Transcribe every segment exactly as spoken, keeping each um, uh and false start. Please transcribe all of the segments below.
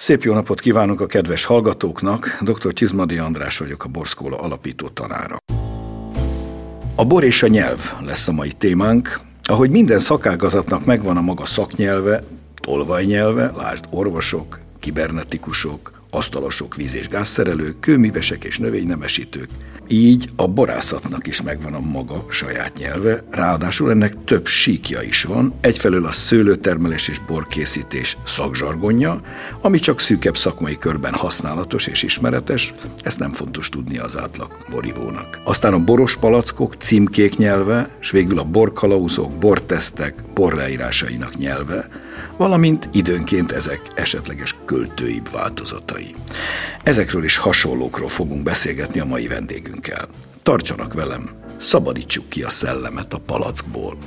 Szép jó napot kívánok a kedves hallgatóknak, dr. Csizmaday András vagyok, a Borszkola alapító tanára. A bor és a nyelv lesz a mai témánk. Ahogy minden szakágazatnak megvan a maga szaknyelve, tolvajnyelve, lásd orvosok, kibernetikusok, asztalosok, víz- és gázszerelők, kőművesek és növénynemesítők. Így a borászatnak is megvan a maga saját nyelve, ráadásul ennek több síkja is van, egyfelől a szőlőtermelés és borkészítés szakzsargonja, ami csak szűkebb szakmai körben használatos és ismeretes, ezt nem fontos tudni az átlag borivónak. Aztán a boros palackok, címkék nyelve, és végül a borkalauzok, bortesztek, borleírásainak nyelve, valamint időnként ezek esetleges költőibb változatai. Ezekről is hasonlókról fogunk beszélgetni a mai vendégünkkel. Tartsanak velem, szabadítsuk ki a szellemet a palackból.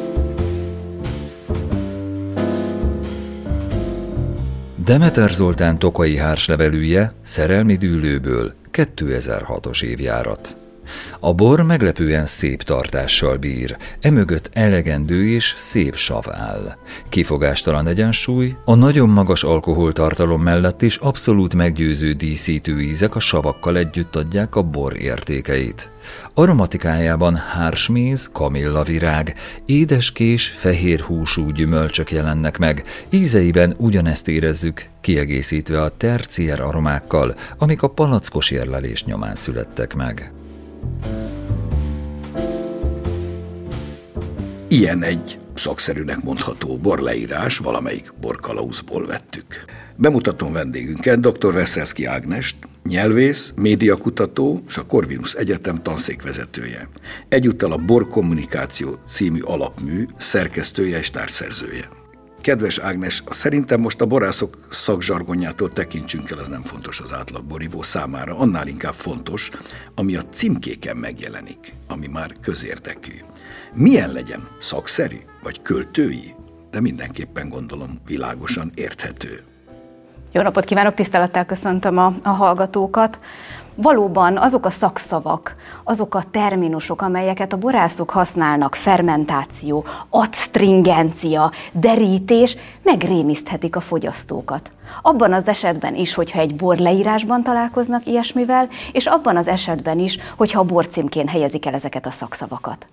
Demeter Zoltán tokaji hárslevelűje, Szerelmi dűlőből, kétezer-hatos évjárat. A bor meglepően szép tartással bír, emögött elegendő és szép sav áll. Kifogástalan egyensúly, a nagyon magas alkoholtartalom mellett is abszolút meggyőző díszítő ízek a savakkal együtt adják a bor értékeit. Aromatikájában hársméz, kamillavirág, édeskés, fehér húsú gyümölcsök jelennek meg, ízeiben ugyanezt érezzük, kiegészítve a terciér aromákkal, amik a palackos érlelés nyomán születtek meg. Ilyen egy szakszerűnek mondható borleírás, valamelyik borkalauzból vettük. Bemutatom vendégünket, dr. Veszelszky Ágnest, nyelvész, médiakutató és a Corvinus Egyetem tanszékvezetője. Egyúttal a Borkommunikáció című alapmű szerkesztője és társszerzője. Kedves Ágnes, szerintem most a borászok szakzsargonjától tekintsünk el, ez nem fontos az átlag borívó számára, annál inkább fontos, ami a címkéken megjelenik, ami már közérdekű. Milyen legyen, szakszerű vagy költői, de mindenképpen gondolom világosan érthető. Jó napot kívánok, tisztelettel köszöntöm a, a hallgatókat. Valóban azok a szakszavak, azok a terminusok, amelyeket a borászok használnak, fermentáció, adstringencia, derítés, megrémiszthetik a fogyasztókat. Abban az esetben is, hogyha egy borleírásban találkoznak ilyesmivel, és abban az esetben is, hogyha a borcímkén helyezik el ezeket a szakszavakat.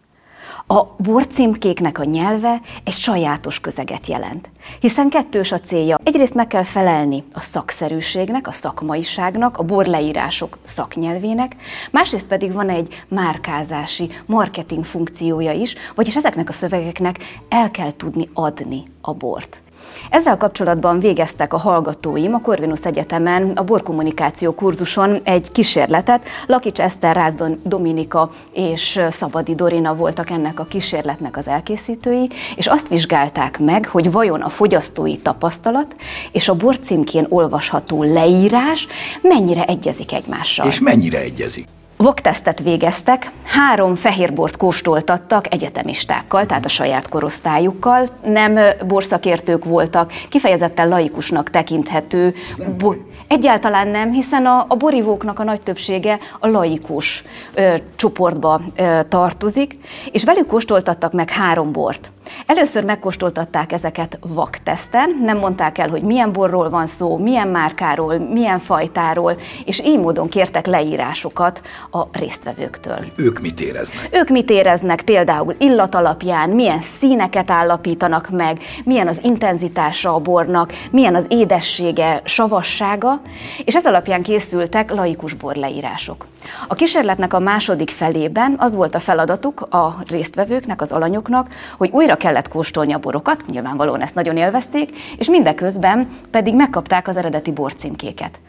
A borcímkéknek a nyelve egy sajátos közeget jelent, hiszen kettős a célja. Egyrészt meg kell felelni a szakszerűségnek, a szakmaiságnak, a borleírások szaknyelvének, másrészt pedig van egy márkázási, marketing funkciója is, vagyis ezeknek a szövegeknek el kell tudni adni a bort. Ezzel kapcsolatban végeztek a hallgatóim a Corvinus Egyetemen a borkommunikáció kurzuson egy kísérletet. Lakics Eszter, Rácz Dominika és Szabadi Dorina voltak ennek a kísérletnek az elkészítői, és azt vizsgálták meg, hogy vajon a fogyasztói tapasztalat és a borcímkén olvasható leírás mennyire egyezik egymással. És mennyire egyezik? Voktesztet végeztek, három fehérbort kóstoltattak egyetemistákkal, tehát a saját korosztályukkal, nem borszakértők voltak, kifejezetten laikusnak tekinthető. Bo- Egyáltalán nem, hiszen a, a borivóknak a nagy többsége a laikus ö, csoportba ö, tartozik, és velük kóstoltattak meg három bort. Először megkóstoltatták ezeket vakteszten, nem mondták el, hogy milyen borról van szó, milyen márkáról, milyen fajtáról, és így módon kértek leírásokat a résztvevőktől. Ők mit éreznek? Ők mit éreznek például illat alapján, milyen színeket állapítanak meg, milyen az intenzitása a bornak, milyen az édessége, savassága, és ez alapján készültek laikus borleírások. A kísérletnek a második felében az volt a feladatuk a résztvevőknek, az alanyoknak, hogy újra kellett kóstolni a borokat, nyilvánvalóan ezt nagyon élvezték, és mindeközben pedig megkapták az eredeti borcímkéket.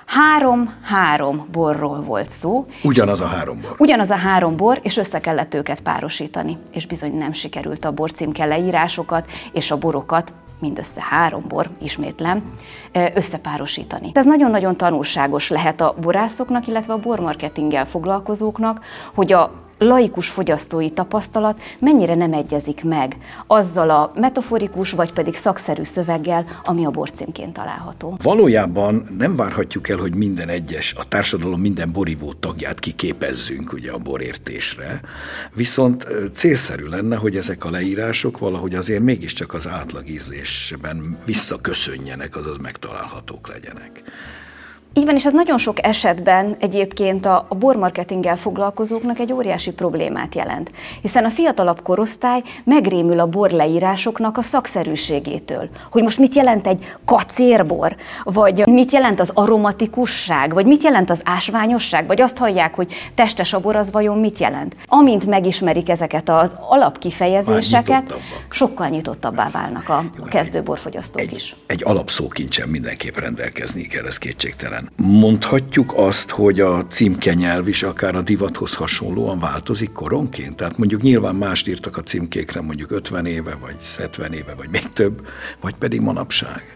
Három-három borról volt szó. Ugyanaz a három bor. Ugyanaz a három bor, és össze kellett őket párosítani. És bizony nem sikerült a borcímke leírásokat és a borokat, mindössze három bor, ismétlem, összepárosítani. Ez nagyon-nagyon tanulságos lehet a borászoknak, illetve a bormarketinggel foglalkozóknak, hogy a laikus fogyasztói tapasztalat mennyire nem egyezik meg azzal a metaforikus vagy pedig szakszerű szöveggel, ami a borcímkén található. Valójában nem várhatjuk el, hogy minden egyes, a társadalom minden borívó tagját kiképezzünk ugye a borértésre, viszont célszerű lenne, hogy ezek a leírások valahogy azért mégiscsak az átlagízlésben visszaköszönjenek, azaz megtalálhatók legyenek. Így van, és ez nagyon sok esetben egyébként a, a bormarketinggel foglalkozóknak egy óriási problémát jelent, hiszen a fiatalabb korosztály megrémül a borleírásoknak a szakszerűségétől, hogy most mit jelent egy kacérbor, vagy mit jelent az aromatikusság, vagy mit jelent az ásványosság, vagy azt hallják, hogy testes a bor, az vajon mit jelent. Amint megismerik ezeket az alapkifejezéseket, sokkal nyitottabbá válnak a, a kezdő borfogyasztók egy, is. Egy alapszókincsen mindenképp rendelkezni kell, ez kétségtelen. Mondhatjuk azt, hogy a címkenyelv is akár a divathoz hasonlóan változik koronként? Tehát mondjuk nyilván mást írtak a címkékre mondjuk ötven éve, vagy hetven éve, vagy még több, vagy pedig manapság.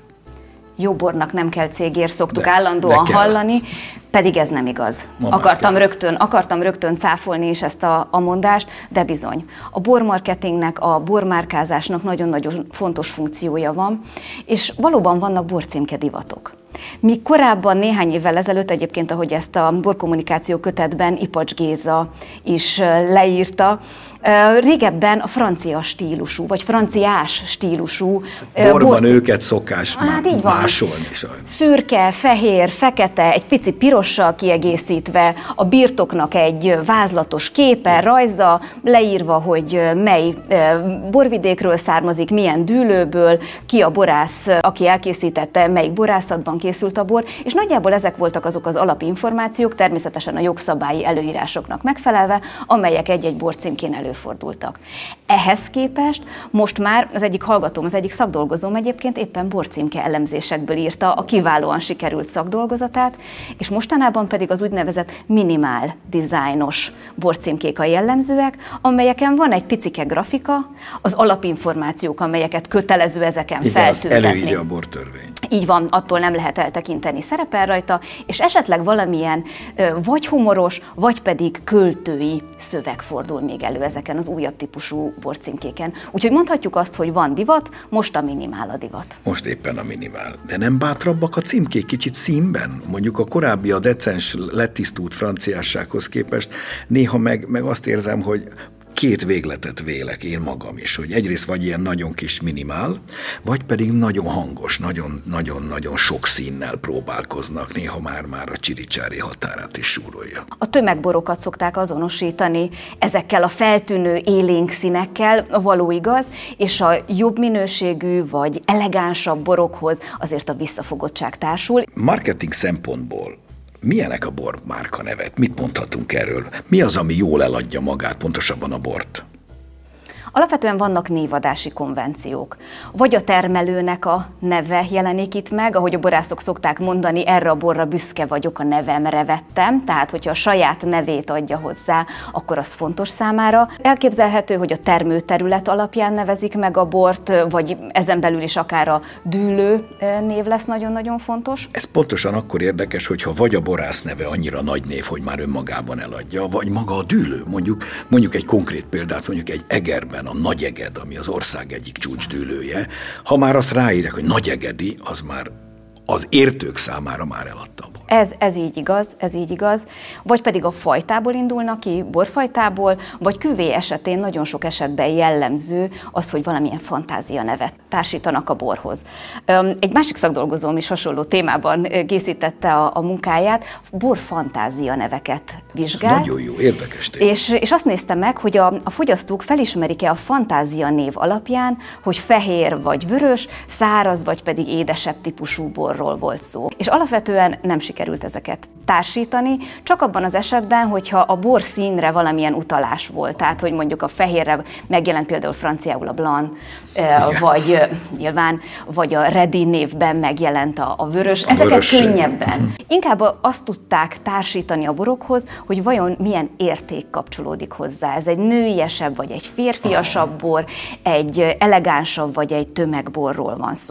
Jó bornak nem kell cégér, szoktuk de, állandóan hallani, pedig ez nem igaz. Akartam rögtön, akartam rögtön cáfolni is ezt a, a mondást, de bizony. A bormarketingnek, a bormárkázásnak nagyon-nagyon fontos funkciója van, és valóban vannak borcímke divatok. Míg korábban, néhány évvel ezelőtt egyébként, ahogy ezt a borkommunikáció kötetben Ipacs Géza is leírta, régebben a francia stílusú, vagy franciás stílusú borban bort... őket szokás hát má- másolni. Szürke, fehér, fekete, egy pici pirossal kiegészítve, a birtoknak egy vázlatos képe, rajza, leírva, hogy mely borvidékről származik, milyen dűlőből, ki a borász, aki elkészítette, melyik borászatban készült a bor, és nagyjából ezek voltak azok az alapinformációk, természetesen a jogszabályi előírásoknak megfelelve, amelyek egy-egy borcímkén előfordultak. Ehhez képest most már az egyik hallgatóm, az egyik szakdolgozóm egyébként éppen borcímke elemzésekből írta a kiválóan sikerült szakdolgozatát, és mostanában pedig az úgynevezett minimál dizájnos borcímkék a jellemzőek, amelyeken van egy picike grafika, az alapinformációk, amelyeket kötelező ezeken igen, feltüntetni. Előírja a bortörvény. Így van, attól nem lehet eltekinteni, szerepel rajta, és esetleg valamilyen vagy humoros, vagy pedig költői szöveg fordul még elő ezeken az újabb típusú borcímkéken. Úgyhogy mondhatjuk azt, hogy van divat, most a minimál a divat. Most éppen a minimál. De nem bátrabbak a címkék kicsit színben? Mondjuk a korábbi, a decens, letisztult franciássághoz képest néha meg, meg azt érzem, hogy két végletet vélek én magam is, hogy egyrészt vagy ilyen nagyon kis minimál, vagy pedig nagyon hangos, nagyon-nagyon sok színnel próbálkoznak, néha már-már a csiricsári határát is súrolja. A tömegborokat szokták azonosítani ezekkel a feltűnő élénk színekkel, való igaz, és a jobb minőségű vagy elegánsabb borokhoz azért a visszafogottság társul. Marketing szempontból milyenek a bor márka nevet? Mit mondhatunk erről? Mi az, ami jól eladja magát, pontosabban a bort? Alapvetően vannak névadási konvenciók. Vagy a termelőnek a neve jelenik itt meg, ahogy a borászok szokták mondani, erre a borra büszke vagyok, a nevemre vettem, tehát hogyha a saját nevét adja hozzá, akkor az fontos számára. Elképzelhető, hogy a termőterület alapján nevezik meg a bort, vagy ezen belül is akár a dűlő név lesz nagyon-nagyon fontos. Ez pontosan akkor érdekes, hogyha vagy a borász neve annyira nagy név, hogy már önmagában eladja, vagy maga a dűlő. Mondjuk, mondjuk egy konkrét példát, mondjuk egy Egerben, a Nagyeged, ami az ország egyik csúcsdűlője, ha már azt ráírják, hogy Nagyegedi, az már az értők számára már eladta a bor. Ez, ez így igaz, ez így igaz. Vagy pedig a fajtából indulnak ki, borfajtából, vagy küvé esetén nagyon sok esetben jellemző az, hogy valamilyen fantázia nevet társítanak a borhoz. Egy másik szakdolgozóm is hasonló témában készítette a, a munkáját, borfantázia neveket vizsgál. Nagyon jó, érdekes téma. És, és azt nézte meg, hogy a, a fogyasztók felismerik-e a fantázia név alapján, hogy fehér vagy vörös, száraz vagy pedig édesebb típusú borról volt szó. És alapvetően nem sikerült ezeket társítani, csak abban az esetben, hogyha a bor színre valamilyen utalás volt. Tehát, hogy mondjuk a fehérre megjelent például franciául a Blanc, igen. vagy nyilván, vagy a Redi névben megjelent a, a vörös. A ezeket vörös könnyebben. Inkább azt tudták társítani a borokhoz, hogy vajon milyen érték kapcsolódik hozzá. Ez egy nőiesebb, vagy egy férfiasabb bor, egy elegánsabb, vagy egy tömegborról van szó.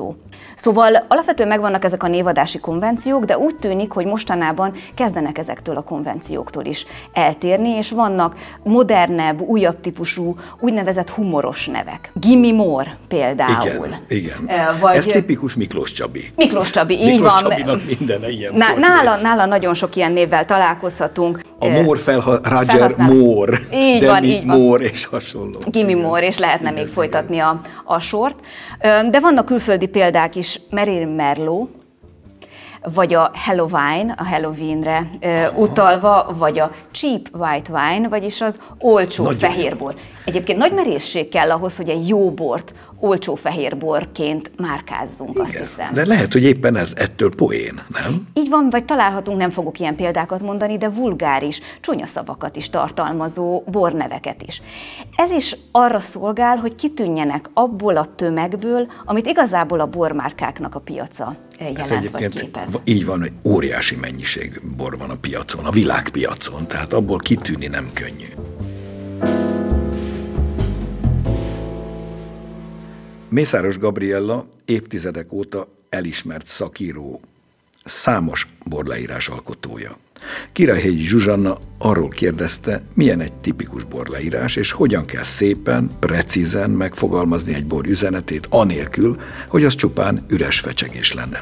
Szóval alapvetően megvannak ezek a névadási konvenciók, de úgy tűnik, hogy mostanában kezdenek ezektől a konvencióktól is eltérni, és vannak modernebb, újabb típusú, úgynevezett humoros nevek. Gimme More például. Igen, igen. Vagy... Ez tipikus Miklós Csabi. Miklós Csabi, így Miklós van. Csabinak minden ilyen. Ná, nála, nála nagyon sok ilyen névvel találkozhatunk. A More felha- Roger Moore, így Demi van, így van. Moore és hasonló. Gimme More, és lehetne igen, még igen. folytatni a, a sort. De vannak külföldi példák is, Marilyn Merlot, vagy a Halloween, a Halloweenre uh, utalva, vagy a cheap white wine, vagyis az olcsó nagyon fehérbor. Egyébként nagy merészség kell ahhoz, hogy egy jó bort olcsó fehérborként márkázzunk, igen, azt hiszem. De lehet, hogy éppen ez ettől poén, nem? Így van, vagy találhatunk, nem fogok ilyen példákat mondani, de vulgáris, csúnya szavakat is tartalmazó borneveket is. Ez is arra szolgál, hogy kitűnjenek abból a tömegből, amit igazából a bormárkáknak a piaca jelent vagy képez. Így van, hogy óriási mennyiség bor van a piacon, a világpiacon, tehát abból kitűnni nem könnyű. Mészáros Gabriella évtizedek óta elismert szakíró, számos borleírás alkotója. Királyhegyi Zsuzsanna arról kérdezte, milyen egy tipikus borleírás, és hogyan kell szépen, precízen megfogalmazni egy bor üzenetét, anélkül, hogy az csupán üres fecsegés lenne.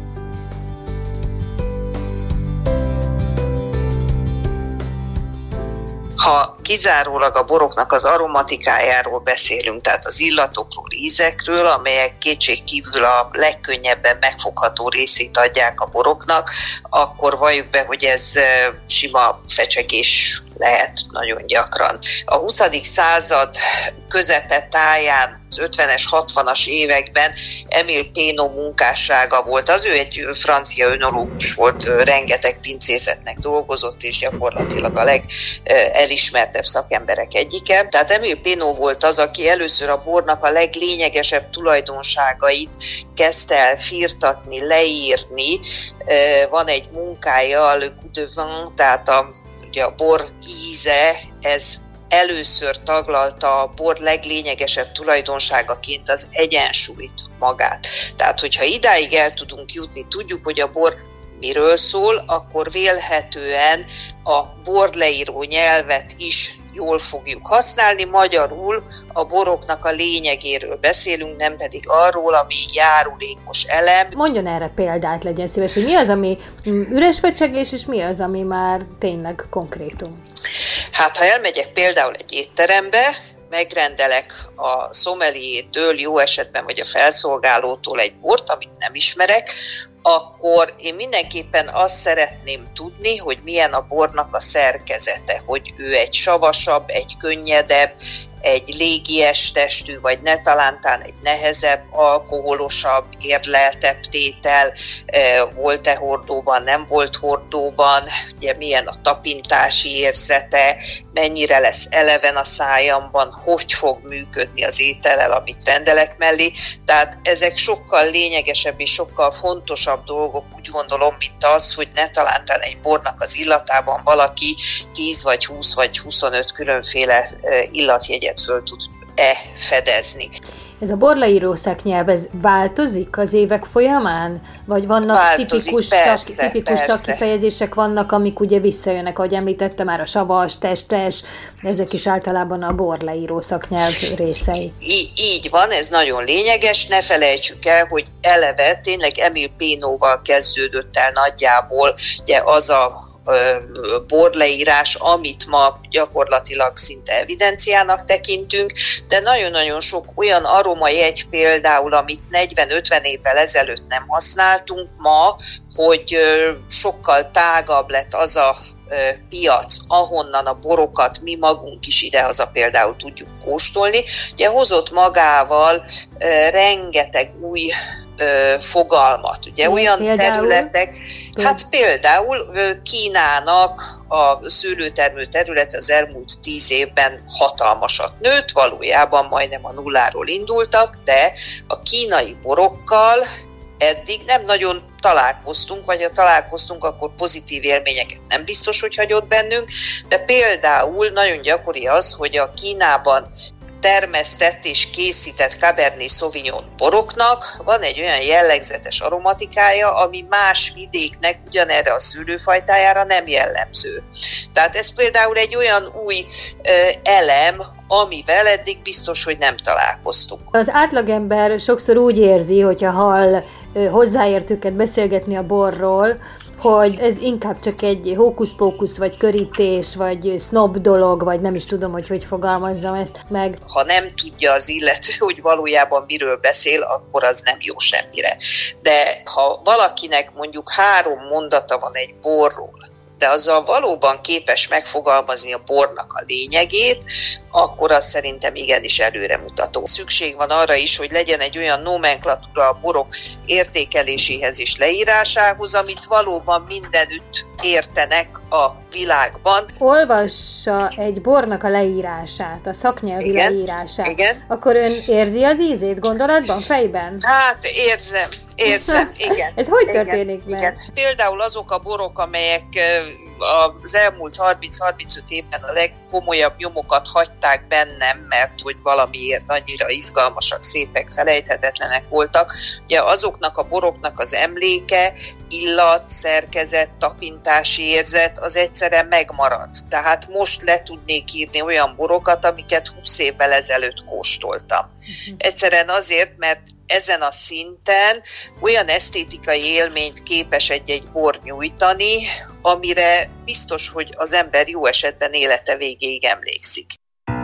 Ha kizárólag a boroknak az aromatikájáról beszélünk, tehát az illatokról, ízekről, amelyek kétségkívül a legkönnyebben megfogható részét adják a boroknak, akkor valljuk be, hogy ez sima fecsegés lehet nagyon gyakran. A huszadik század közepe táján, az ötvenes, hatvanas években Émile Pénaud munkássága volt. Az ő egy francia önológus volt, rengeteg pincészetnek dolgozott, és gyakorlatilag a legelismertebb szakemberek egyike. Tehát Émile Pénaud volt az, aki először a bornak a leglényegesebb tulajdonságait kezdte el firtatni, leírni. Van egy munkája, a Le Goût de Vin, tehát a, ugye a bor íze, ez először taglalta a bor leglényegesebb tulajdonságaként az egyensúlyt magát. Tehát, hogyha idáig el tudunk jutni, tudjuk, hogy a bor miről szól, akkor vélhetően a borleíró nyelvet is jól fogjuk használni, magyarul a boroknak a lényegéről beszélünk, nem pedig arról, ami járulékos elem. Mondjon erre példát, legyen szíves, hogy mi az, ami üres fecsegés, és mi az, ami már tényleg konkrétum? Hát, ha elmegyek például egy étterembe, megrendelek a szomeliétől, jó esetben vagy a felszolgálótól egy bort, amit nem ismerek, akkor én mindenképpen azt szeretném tudni, hogy milyen a bornak a szerkezete, hogy ő egy savasabb, egy könnyedebb, egy légies testű, vagy ne talántán egy nehezebb, alkoholosabb, érleltebb tétel, volt-e hordóban, nem volt hordóban, ugye milyen a tapintási érzete, mennyire lesz eleven a szájamban, hogy fog működni az étellel, amit rendelek mellé. Tehát ezek sokkal lényegesebb és sokkal fontosabb dolgok, úgy gondolom, mint az, hogy ne talántán egy bornak az illatában valaki tíz vagy húsz vagy huszonöt különféle illatjegyet föl tud-e fedezni. Ez a borleíró szaknyelv, ez változik az évek folyamán? Vagy vannak változik, tipikus, persze, szak, tipikus szakkifejezések vannak, amik ugye visszajönnek, ahogy említette már a savas, testes, ezek is általában a borleíró szaknyelv részei. Í- így van, ez nagyon lényeges, ne felejtsük el, hogy eleve tényleg Émile Pénaudval kezdődött el nagyjából ugye az a borleírás, amit ma gyakorlatilag szinte evidenciának tekintünk, de nagyon-nagyon sok olyan aromajegy például, amit negyven-ötven évvel ezelőtt nem használtunk ma, hogy sokkal tágabb lett az a piac, ahonnan a borokat mi magunk is idehaza például tudjuk kóstolni. Ugye hozott magával rengeteg új fogalmat, ugye Mi, olyan például? területek, hát például Kínának a szőlőtermő terület az elmúlt tíz évben hatalmasat nőtt, valójában majdnem a nulláról indultak, de a kínai borokkal eddig nem nagyon találkoztunk, vagy ha találkoztunk, akkor pozitív élményeket nem biztos, hogy hagyott bennünk, de például nagyon gyakori az, hogy a Kínában termesztett és készített Cabernet Sauvignon boroknak van egy olyan jellegzetes aromatikája, ami más vidéknek ugyanerre a szőlőfajtájára nem jellemző. Tehát ez például egy olyan új ö, elem, amivel eddig biztos, hogy nem találkoztunk. Az átlagember sokszor úgy érzi, hogyha hall hozzáértőket beszélgetni a borról, hogy ez inkább csak egy hókusz-pókusz, vagy körítés, vagy snob dolog, vagy nem is tudom, hogy hogy fogalmazzam ezt meg. Ha nem tudja az illető, hogy valójában miről beszél, akkor az nem jó semmire. De ha valakinek mondjuk három mondata van egy borról, de azzal valóban képes megfogalmazni a bornak a lényegét, akkor az szerintem igenis előremutató. Szükség van arra is, hogy legyen egy olyan nomenklatúra a borok értékeléséhez és leírásához, amit valóban mindenütt értenek a világban. Olvassa egy bornak a leírását, a szaknyelvi igen, leírását, igen. Akkor ön érzi az ízét gondolatban, fejben? Hát érzem, érzem, igen. Ez hogy igen, történik meg? Igen. Például azok a borok, amelyek az elmúlt harminc-harmincöt évben a legkomolyabb nyomokat hagyták bennem, mert hogy valamiért annyira izgalmasak, szépek, felejthetetlenek voltak. Ugye azoknak a boroknak az emléke, illat, szerkezet, tapintási érzet az egyszerűen megmarad. Tehát most le tudnék írni olyan borokat, amiket húsz évvel ezelőtt kóstoltam. Uh-huh. Egyszerűen azért, mert ezen a szinten olyan esztétikai élményt képes egy-egy bor nyújtani, amire biztos, hogy az ember jó esetben élete végéig emlékszik.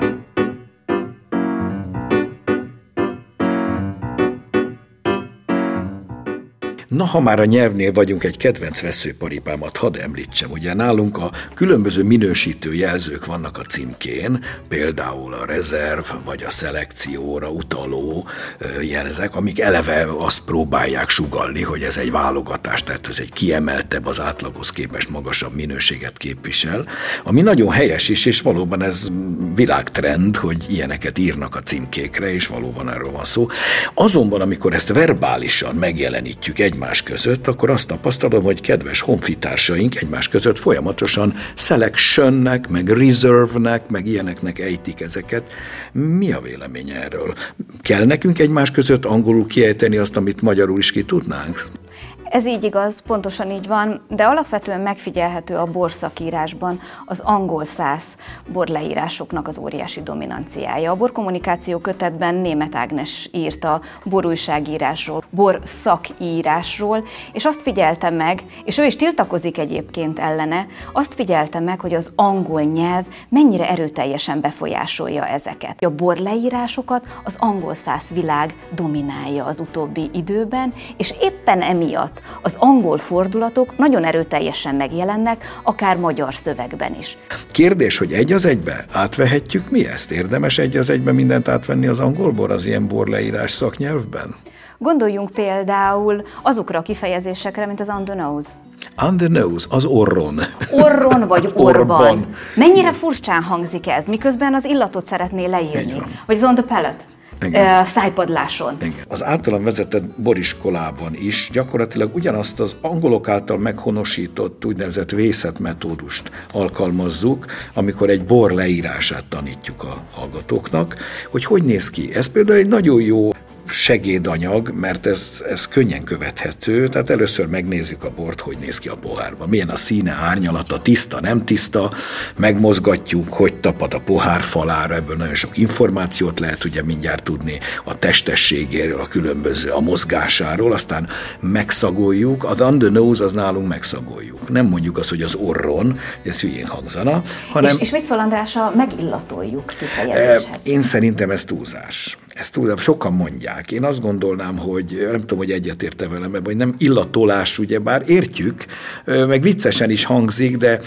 Na, ha már a nyelvnél vagyunk, egy kedvenc veszőparipámat hadd említsem. Ugye nálunk a különböző minősítő jelzők vannak a címkén, például a rezerv vagy a szelekcióra utaló jelzek, amik eleve azt próbálják sugallni, hogy ez egy válogatás, tehát ez egy kiemeltebb, az átlaghoz képest magasabb minőséget képvisel, ami nagyon helyes is, és valóban ez világtrend, hogy ilyeneket írnak a címkékre, és valóban erről van szó. Azonban, amikor ezt verbálisan megjelenítjük egy egymás között, akkor azt tapasztalom, hogy kedves honfitársaink egymás között folyamatosan selectionnek, meg reserve-nek, meg ilyeneknek ejtik ezeket. Mi a vélemény erről? Kell nekünk egymás között angolul kiejteni azt, amit magyarul is ki tudnánk? Ez így igaz, pontosan így van, de alapvetően megfigyelhető a borszakírásban az angol száz borleírásoknak az óriási dominanciája. A borkommunikáció kötetben Németh Ágnes írt a borújságírásról, borszakírásról, és azt figyelte meg, és ő is tiltakozik egyébként ellene, azt figyelte meg, hogy az angol nyelv mennyire erőteljesen befolyásolja ezeket. A borleírásokat az angol száz világ dominálja az utóbbi időben, és éppen emiatt az angol fordulatok nagyon erőteljesen megjelennek, akár magyar szövegben is. Kérdés, hogy egy az egybe átvehetjük mi ezt? Érdemes egy az egybe mindent átvenni az angolból, az ilyen borleírás szaknyelvben? Gondoljunk például azokra a kifejezésekre, mint az on the nose. On the nose, az orron. Orron vagy orban. Mennyire furcsán hangzik ez, miközben az illatot szeretné leírni. Vagy az on the palate. Igen. Szájpadláson. Igen. Az általam vezetett boriskolában is gyakorlatilag ugyanazt az angolok által meghonosított úgynevezett vészetmetódust alkalmazzuk, amikor egy bor leírását tanítjuk a hallgatóknak, hogy hogy néz ki. Ez például egy nagyon jó segédanyag, mert ez, ez könnyen követhető, tehát először megnézzük a bort, hogy néz ki a pohárban, milyen a színe, árnyalata, tiszta, nem tiszta, megmozgatjuk, hogy tapad a pohár falára, ebből nagyon sok információt lehet ugye mindjárt tudni a testességéről, a különböző, a mozgásáról, aztán megszagoljuk, az on the nose az nálunk megszagoljuk. Nem mondjuk azt, hogy az orron, ez hülyén hangzana, hanem... És, és mit szól András a megillatoljuk kifejezéshez? Én szerintem ez túlzás. Ezt túl, sokan mondják. Én azt gondolnám, hogy nem tudom, hogy egyetérte velem, hogy nem illatolás, ugye bár értjük, meg viccesen is hangzik, de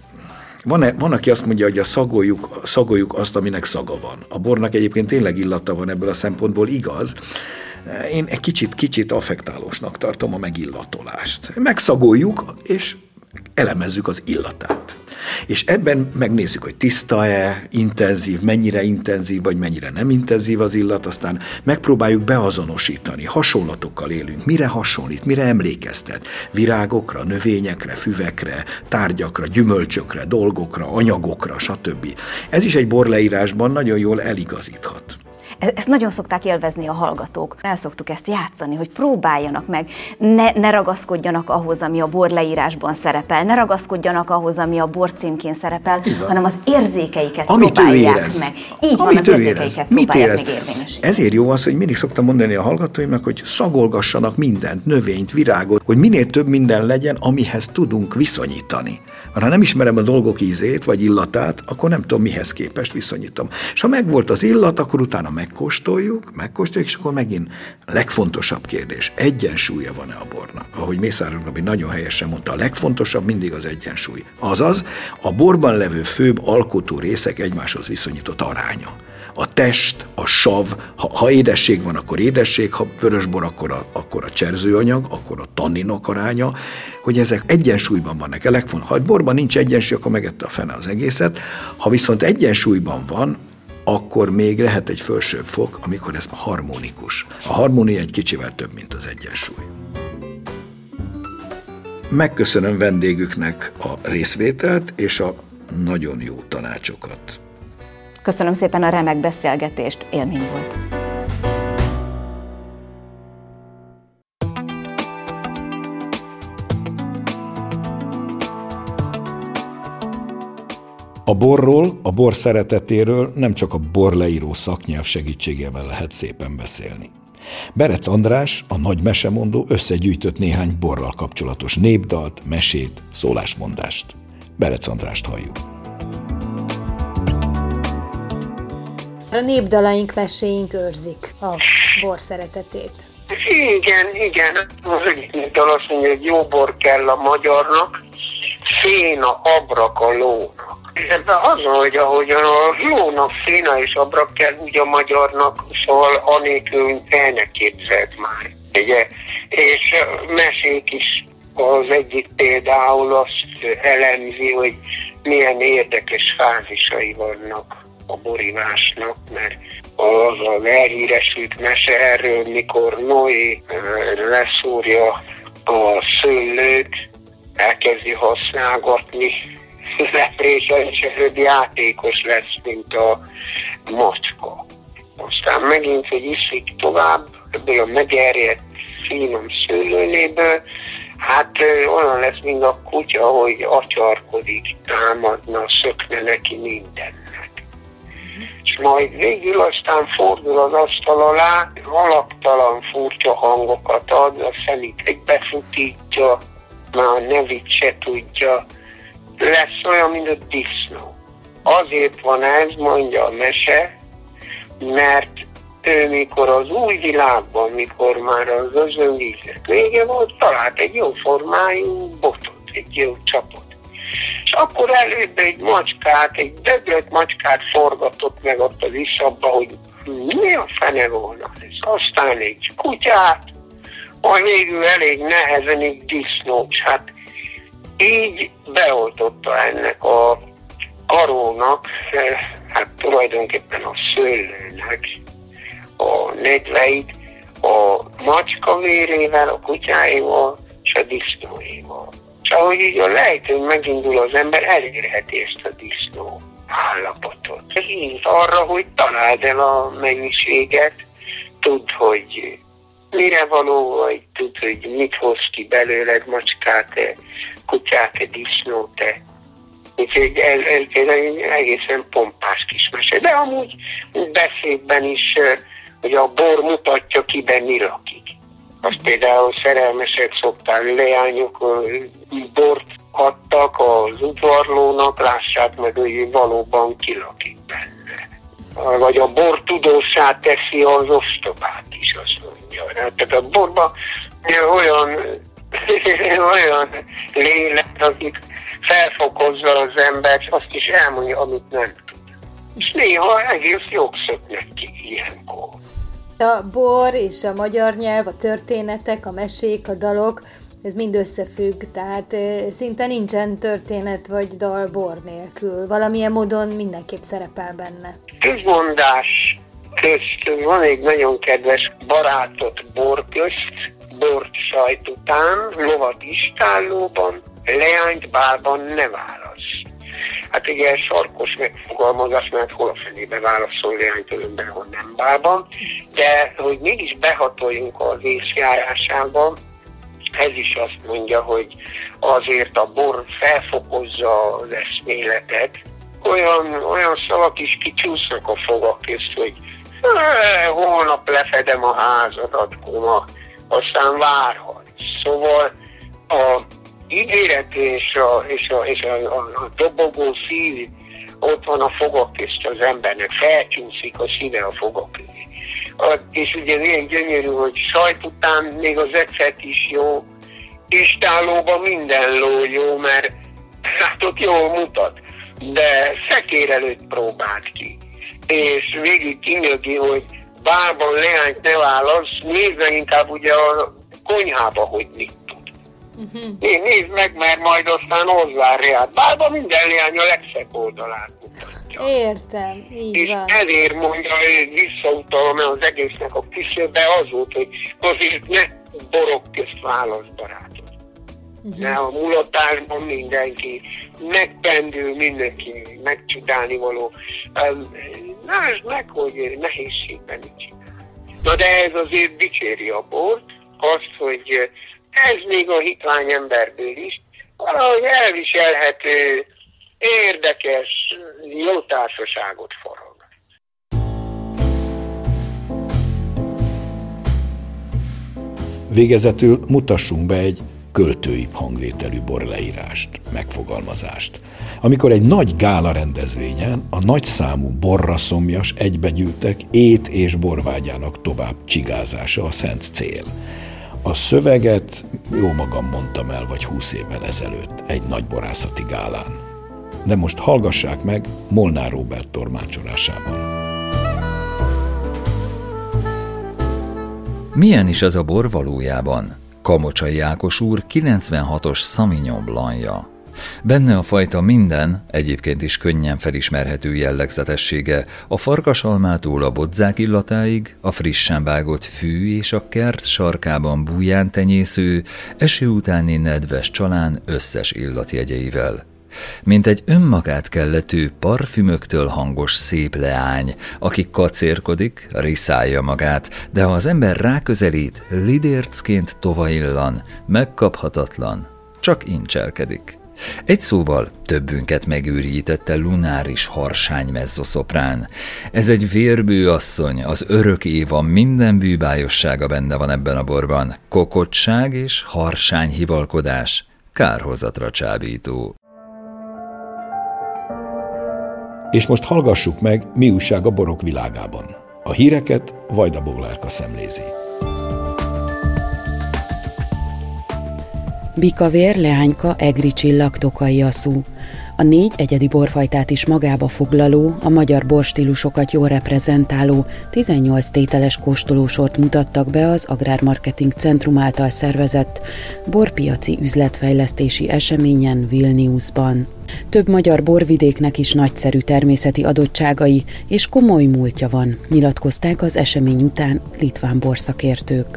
van, van, aki azt mondja, hogy a szagoljuk, szagoljuk azt, aminek szaga van. A bornak egyébként tényleg illata van, ebből a szempontból igaz. Én egy kicsit, kicsit affektálósnak tartom a megillatolást. Megszagoljuk, és elemezzük az illatát. És ebben megnézzük, hogy tiszta-e, intenzív, mennyire intenzív, vagy mennyire nem intenzív az illat, aztán megpróbáljuk beazonosítani, hasonlatokkal élünk, mire hasonlít, mire emlékeztet, virágokra, növényekre, füvekre, tárgyakra, gyümölcsökre, dolgokra, anyagokra, stb. Ez is egy borleírásban nagyon jól eligazíthat. Ezt nagyon szokták élvezni a hallgatók. El szoktuk ezt játszani, hogy próbáljanak meg, ne, ne ragaszkodjanak ahhoz, ami a borleírásban szerepel, ne ragaszkodjanak ahhoz, ami a borcímkén szerepel, igen, hanem az érzékeiket amit próbálják meg. Így van, az érzékeiket próbálják meg érvényesíteni. Ezért jó az, hogy mindig szoktam mondani a hallgatóimnak, hogy szagolgassanak mindent, növényt, virágot, hogy minél több minden legyen, amihez tudunk viszonyítani. Ha nem ismerem a dolgok ízét vagy illatát, akkor nem tudom, mihez képest viszonyítom. És ha megvolt az illat, akkor utána megkóstoljuk, megkóstoljuk, és akkor megint a legfontosabb kérdés, egyensúlya van-e a bornak? Ahogy Mészáros Gabi nagyon helyesen mondta, a legfontosabb mindig az egyensúly. Azaz, a borban levő főbb alkotó részek egymáshoz viszonyított aránya. A test, a sav, ha, ha édesség van, akkor édesség, ha vörösbor, akkor a, akkor a cserzőanyag, akkor a tanninok aránya, hogy ezek egyensúlyban vannak. Ha egy borban nincs egyensúly, akkor megette a fene az egészet. Ha viszont egyensúlyban van, akkor még lehet egy felsőbb fok, amikor ez harmonikus. A harmónia egy kicsivel több, mint az egyensúly. Megköszönöm vendégüknek a részvételt és a nagyon jó tanácsokat. Köszönöm szépen a remek beszélgetést, élmény volt. A borról, a bor szeretetéről nem csak a borleíró szaknyelv segítségével lehet szépen beszélni. Berec András, a nagy mesemondó összegyűjtött néhány borral kapcsolatos népdalt, mesét, szólásmondást. Berec Andrást halljuk. A népdalaink, meséink őrzik a bor szeretetét. Igen, igen. Az egyik népdal azt mondja, hogy jó bor kell a magyarnak, széna, abrak a lónak. Ebben az, hogy ahogyan a lónak széna és abrak kell, úgy a magyarnak, szóval anélkül el ne képzeld már. Ugye? És mesék is az egyik például azt elemzi, hogy milyen érdekes fázisai vannak a borivásnak, mert az az elhíresült mese erről, mikor Noé leszúrja a szőlőt, elkezdi használgatni, leprésen, és előbb játékos lesz, mint a macska. Aztán megint, hogy iszik tovább, ebből a megerjedt finom szőlőléből, hát olyan lesz, mint a kutya, hogy atyarkodik, támadna, szökne neki mindennek. És majd végül aztán fordul az asztal alá, alaptalan furcsa hangokat ad, a szemét egybefutítja, már a nevét se tudja, lesz olyan, mint a disznó. Azért van ez, mondja a mese, mert ő mikor az új világban, mikor már az özönvíznek vége volt, talált egy jó formájú botot, egy jó csapot. És akkor előbb egy macskát, egy döglött macskát forgatott meg ott az iszabba, hogy mi a fene volna ez. Aztán egy kutyát, majd végül elég nehezen egy disznót. Hát így beoltotta ennek a arónak, hát tulajdonképpen a szőlőnek a nedveit, a macska vérével, a kutyáival és a disznóival. És ahogy így a lejtőn megindul az ember, elérheti ezt a disznó állapotot. Ez így arra, hogy találd el a mennyiséget, tudd, hogy mire való vagy, tudd, hogy mit hoz ki belőled, macskát-e, kutyát-e, disznót-e. Úgyhogy ez, ez, ez egy egészen pompás kis mese. De amúgy beszédben is, hogy a bor mutatja, kiben mi lakik. Azt például szerelmesek szokták, leányok bort adtak az udvarlónak, lássák meg, hogy valóban kilakik benne. Vagy a bor tudósá teszi az ostobát is, azt mondja. Tehát a borban olyan, olyan lélek, akik felfokozza az embert, azt is elmondja, amit nem tud. És néha egész jók szöknek ki ilyenkor. A bor és a magyar nyelv, a történetek, a mesék, a dalok Ez mind összefügg, tehát szinte nincsen történet vagy dal bor nélkül. Valamilyen módon mindenképp szerepel benne. Közmondás közt van egy nagyon kedves barátot bor közt, bort sajt után, lovat istállóban, leányt bálban ne válasz. Hát ugye sarkos megfogalmazás, mert hol a fenébe válaszol leányt az ember, hogy nem bálban, de hogy mégis behatoljunk az észjárásában, ez is azt mondja, hogy azért a bor felfokozza az eszméletet. Olyan, olyan szavak is kicsúsznak a fogak közt, hogy holnap lefedem a házadat, koma, aztán várhatsz. Szóval a ígéret és a, és a, és a, a, a dobogó szív ott van a fogak közt az embernek, felcsúszik a szíve a fogak közé. És ugye milyen gyönyörű, hogy sajt után még az ecet is jó, istállóban minden ló jó, mert hát ott jól mutat, de szekér előtt próbált ki. És végig kinyögi, hogy bálban leányt ne válasz, nézd meg inkább ugye a konyhába, hogy mit tud. Uh-huh. Nézd meg, mert majd aztán hozzá reát. Bálban minden leány a legszebb oldalát mutatja. Értem, így és van. ezért mondja, hogy visszautalom, mert az egésznek a küszöbe az volt, hogy azért ne borok közt válasz barátot. Uh-huh. Ne a mulatásban mindenki megpendül, mindenki megcsodálni való. Lásd meg, hogy nehézségben mit csinál. Na de ez azért dicséri a bort, azt, hogy ez még a hitvány emberből is valahogy elviselhető, érdekes, jó társaságot forog. Végezetül mutassunk be egy költőibb hangvételű borleírást, megfogalmazást. Amikor egy nagy gála rendezvényen a nagyszámú borraszomjas egybegyűltek, ét és borvágyának tovább csigázása a szent cél. A szöveget jó magam mondtam el, vagy húsz évvel ezelőtt egy nagy borászati gálán. De most hallgassák meg Molnár Róbert tolmácsolásában. Milyen is ez a bor valójában? Kamocsai Ákos úr kilencvenhatos Sauvignon Blancja. Benne a fajta minden, egyébként is könnyen felismerhető jellegzetessége, a farkasalmától a bodzák illatáig, a frissen vágott fű és a kert sarkában búján tenyésző, eső utáni nedves csalán összes illatjegyeivel. Mint egy önmagát kellető parfümöktől hangos szép leány, aki kacérkodik, riszálja magát, de ha az ember ráközelít, lidércként tovaillan, megkaphatatlan, csak incselkedik. Egy szóval többünket megőrítette lunáris harsány mezzoszoprán. Ez egy vérbő asszony, az örök Éva minden bűbájossága benne van ebben a borban, kokottság és harsány hivalkodás, kárhozatra csábító. És most hallgassuk meg, mi újság a borok világában. A híreket Vajda Boglárka szemlézi. Bikavér, leányka, egri csillag, tokai aszú. A négy egyedi borfajtát is magába foglaló, a magyar borstílusokat jól reprezentáló tizennyolc tételes kóstolósort mutattak be az Agrármarketing Centrum által szervezett borpiaci üzletfejlesztési eseményen Vilniusban. Több magyar borvidéknek is nagyszerű természeti adottságai és komoly múltja van, nyilatkozták az esemény után litván borszakértők.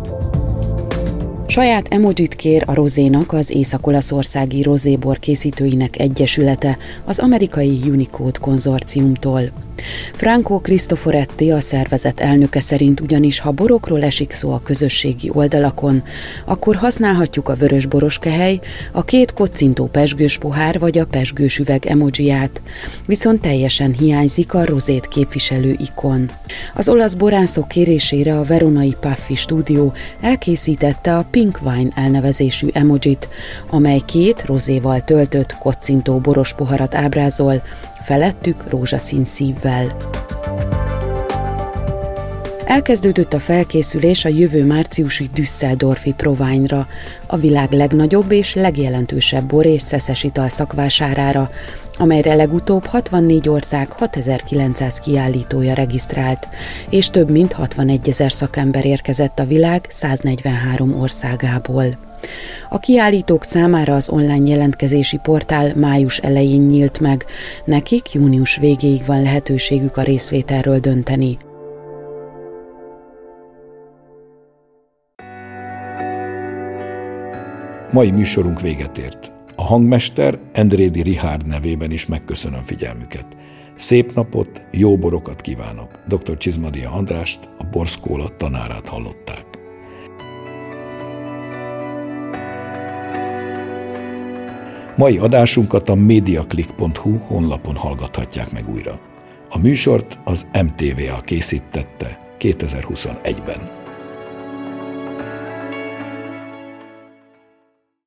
Saját emojit kér a rozénak az észak-olaszországi rozébor készítőinek egyesülete az amerikai Unicode konzorciumtól. Franco Cristoforetti, a szervezet elnöke szerint ugyanis, ha borokról esik szó a közösségi oldalakon, akkor használhatjuk a vörösboros kehely, a két kocintó pezsgős pohár vagy a pezsgős üveg emojiját, viszont teljesen hiányzik a rozét képviselő ikon. Az olasz borászok kérésére a veronai Paffi stúdió elkészítette a Pink Wine elnevezésű emojit, amely két rozéval töltött kocintó boros poharat ábrázol, felettük rózsaszín szívvel. Elkezdődött a felkészülés a jövő márciusi Düsseldorfi Provine-ra, a világ legnagyobb és legjelentősebb bor és szeszes ital szakvásárára, amelyre legutóbb hatvannégy ország hatezer-kilencszáz kiállítója regisztrált, és több mint hatvannegyezer szakember érkezett a világ száznegyvenhárom országából. A kiállítók számára az online jelentkezési portál május elején nyílt meg, nekik június végéig van lehetőségük a részvételről dönteni. Mai műsorunk véget ért. A hangmester Endrédi Richárd nevében is megköszönöm figyelmüket. Szép napot, jó borokat kívánok! doktor Csizmadia Andrást, a Borszkóla tanárát hallották. Mai adásunkat a mediaclick pont hu honlapon hallgathatják meg újra. A műsort az em té vé á készítette kétezer-huszonegyben.